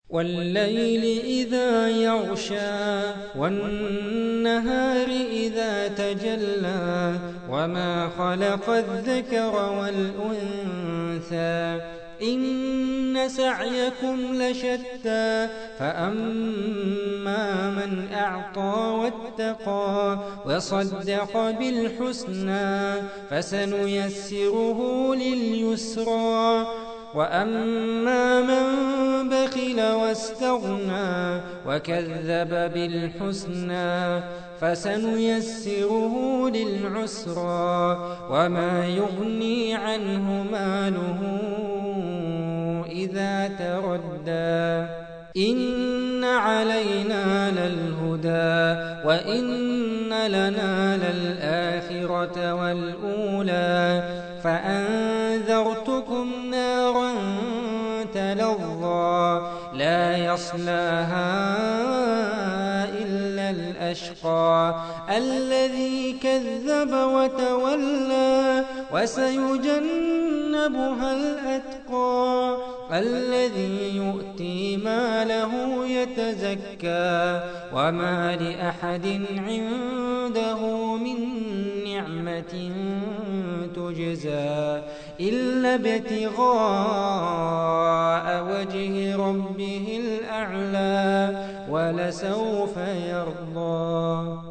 والليل إذا يغشى والنهار إذا تجلى وما خلق الذكر والأنثى إن سعيكم لشتى فأما من أعطى واتقى وصدق بالحسنى فسنيسره لليسرى وأما من بخل واستغنى وكذب بالحسنى فسنيسره للعسرى وما يغني عنه ماله إذا تردى إن علينا للهدى وإن لنا للآخرة والأولى فأنذرتكم نارا تلظى لا يصلاها إلا الأشقى الذي كذب وتولى وسيجنبها الأتقى الذي يؤتي ماله يتزكى وما لأحد عنده من نعمة تجزى إلا ابتغاء وجه ربه الأعلى ولسوف يرضى.